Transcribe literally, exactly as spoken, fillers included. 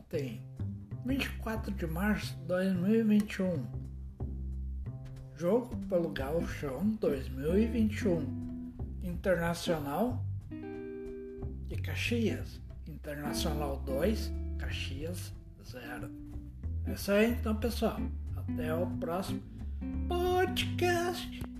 ontem, vinte e quatro de março de dois mil e vinte e um. Jogo pelo Gauchão dois mil e vinte e um. Internacional de Caxias. Internacional dois, Caxias zero. É isso aí então, pessoal. Até o próximo podcast.